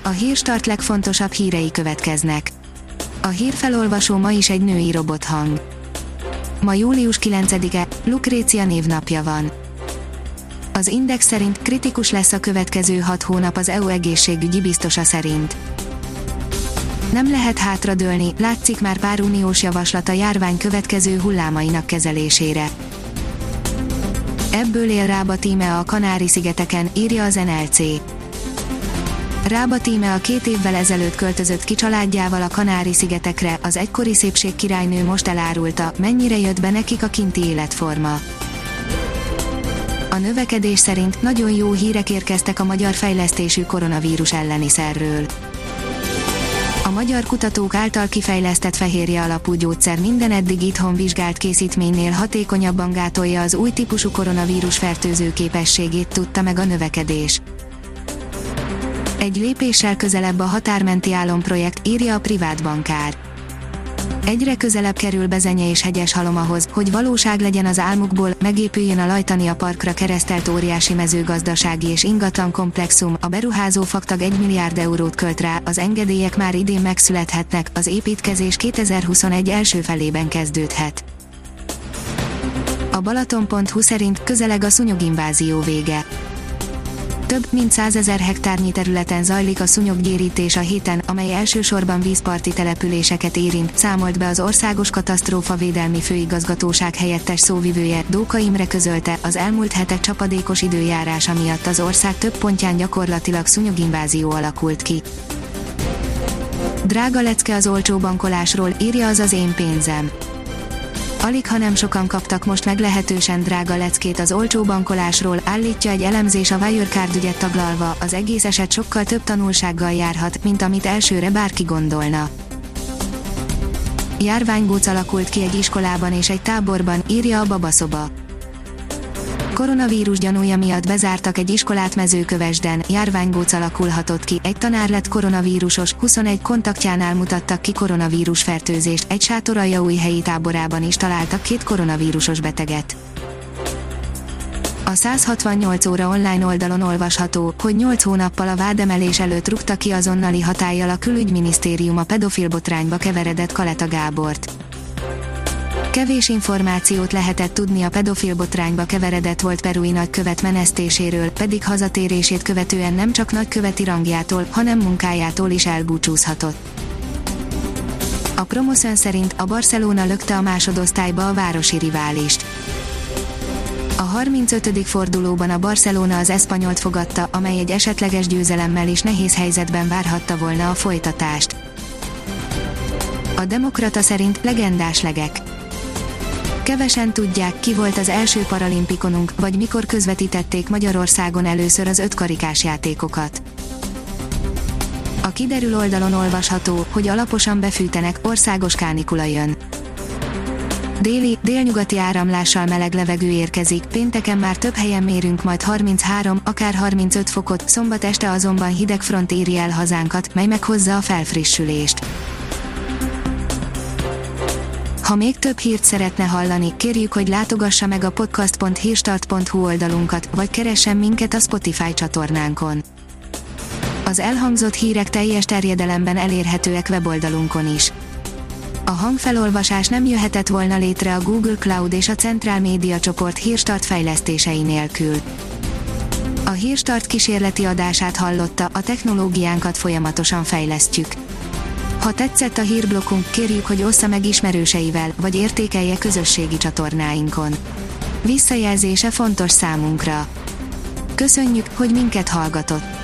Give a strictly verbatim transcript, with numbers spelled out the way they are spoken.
A Hírstart legfontosabb hírei következnek. A hírfelolvasó ma is egy női robothang. Ma július kilencedike, Lukrécia névnapja van. Az Index szerint kritikus lesz a következő hat hónap az é u egészségügyi biztosa szerint. Nem lehet hátradőlni, látszik már pár uniós javaslat a járvány következő hullámainak kezelésére. Ebből él Rába íme a Kanári-szigeteken, írja az en el cé. Rába íme a két évvel ezelőtt költözött ki családjával a Kanári-szigetekre, az egykori szépségkirálynő most elárulta, mennyire jött be nekik a kinti életforma. A növekedés szerint nagyon jó hírek érkeztek a magyar fejlesztésű koronavírus elleni szerről. A magyar kutatók által kifejlesztett fehérje alapú gyógyszer minden eddig itthon vizsgált készítménynél hatékonyabban gátolja az új típusú koronavírus fertőző képességét, tudta meg a növekedés. Egy lépéssel közelebb a határmenti álomprojekt, írja a privát bankár. Egyre közelebb kerül Bezenye és Hegyeshalom ahhoz, hogy valóság legyen az álmukból, megépüljön a Lajtania Parkra keresztelt óriási mezőgazdasági és ingatlan komplexum, a beruházó Faktag egy milliárd eurót költ rá, az engedélyek már idén megszülethetnek, az építkezés kétezer-huszonegy első felében kezdődhet. A Balaton pont hu szerint közeleg a szúnyoginvázió vége. Több mint százezer hektárnyi területen zajlik a szúnyoggyérítés a héten, amely elsősorban vízparti településeket érint, számolt be az Országos Katasztrófavédelmi Főigazgatóság helyettes szóvivője, Dóka Imre közölte, az elmúlt hetek csapadékos időjárása miatt az ország több pontján gyakorlatilag szúnyoginvázió alakult ki. Drága lecke az olcsó bankolásról, írja az az Én pénzem. Alig ha nem sokan kaptak most meglehetősen drága leckét az olcsó bankolásról, állítja egy elemzés a Wirecard ügyet taglalva, az egész eset sokkal több tanulsággal járhat, mint amit elsőre bárki gondolna. Járványgóc alakult ki egy iskolában és egy táborban, írja a Babaszoba. Koronavírus gyanúja miatt bezártak egy iskolát Mezőkövesden, járványgóc alakulhatott ki, egy tanár lett koronavírusos, huszonegy kontaktjánál mutattak ki koronavírus fertőzést, egy Sátoraljaújhelyi táborában is találtak két koronavírusos beteget. A száz hatvannyolc óra online oldalon olvasható, hogy nyolc hónappal a vádemelés előtt rúgta ki azonnali hatállyal a külügyminisztérium a pedofil botrányba keveredett Kaleta Gábort. Kevés információt lehetett tudni a pedofil botrányba keveredett volt perui nagykövet menesztéséről, pedig hazatérését követően nem csak nagyköveti rangjától, hanem munkájától is elbúcsúzhatott. A Promoszön szerint a Barcelona lökte a másodosztályba a városi riválist. A harmincötödik fordulóban a Barcelona az Espanyolt fogadta, amely egy esetleges győzelemmel is nehéz helyzetben várhatta volna a folytatást. A Demokrata szerint legendás legek. Kevesen tudják, ki volt az első paralimpikonunk, vagy mikor közvetítették Magyarországon először az ötkarikás játékokat. A Kiderül oldalon olvasható, hogy alaposan befűtenek, országos kánikula jön. Déli, délnyugati áramlással meleg levegő érkezik, pénteken már több helyen mérünk majd harminchárom, akár harmincöt fokot, szombat este azonban hideg front éri el hazánkat, mely meghozza a felfrissülést. Ha még több hírt szeretne hallani, kérjük, hogy látogassa meg a podcast pont hírstart pont hu oldalunkat, vagy keressen minket a Spotify csatornánkon. Az elhangzott hírek teljes terjedelemben elérhetőek weboldalunkon is. A hangfelolvasás nem jöhetett volna létre a Google Cloud és a Centrál Média csoport Hírstart fejlesztései nélkül. A Hírstart kísérleti adását hallotta, a technológiánkat folyamatosan fejlesztjük. Ha tetszett a hírblokkunk, kérjük, hogy ossza meg ismerőseivel, vagy értékelje közösségi csatornáinkon. Visszajelzése fontos számunkra. Köszönjük, hogy minket hallgatott!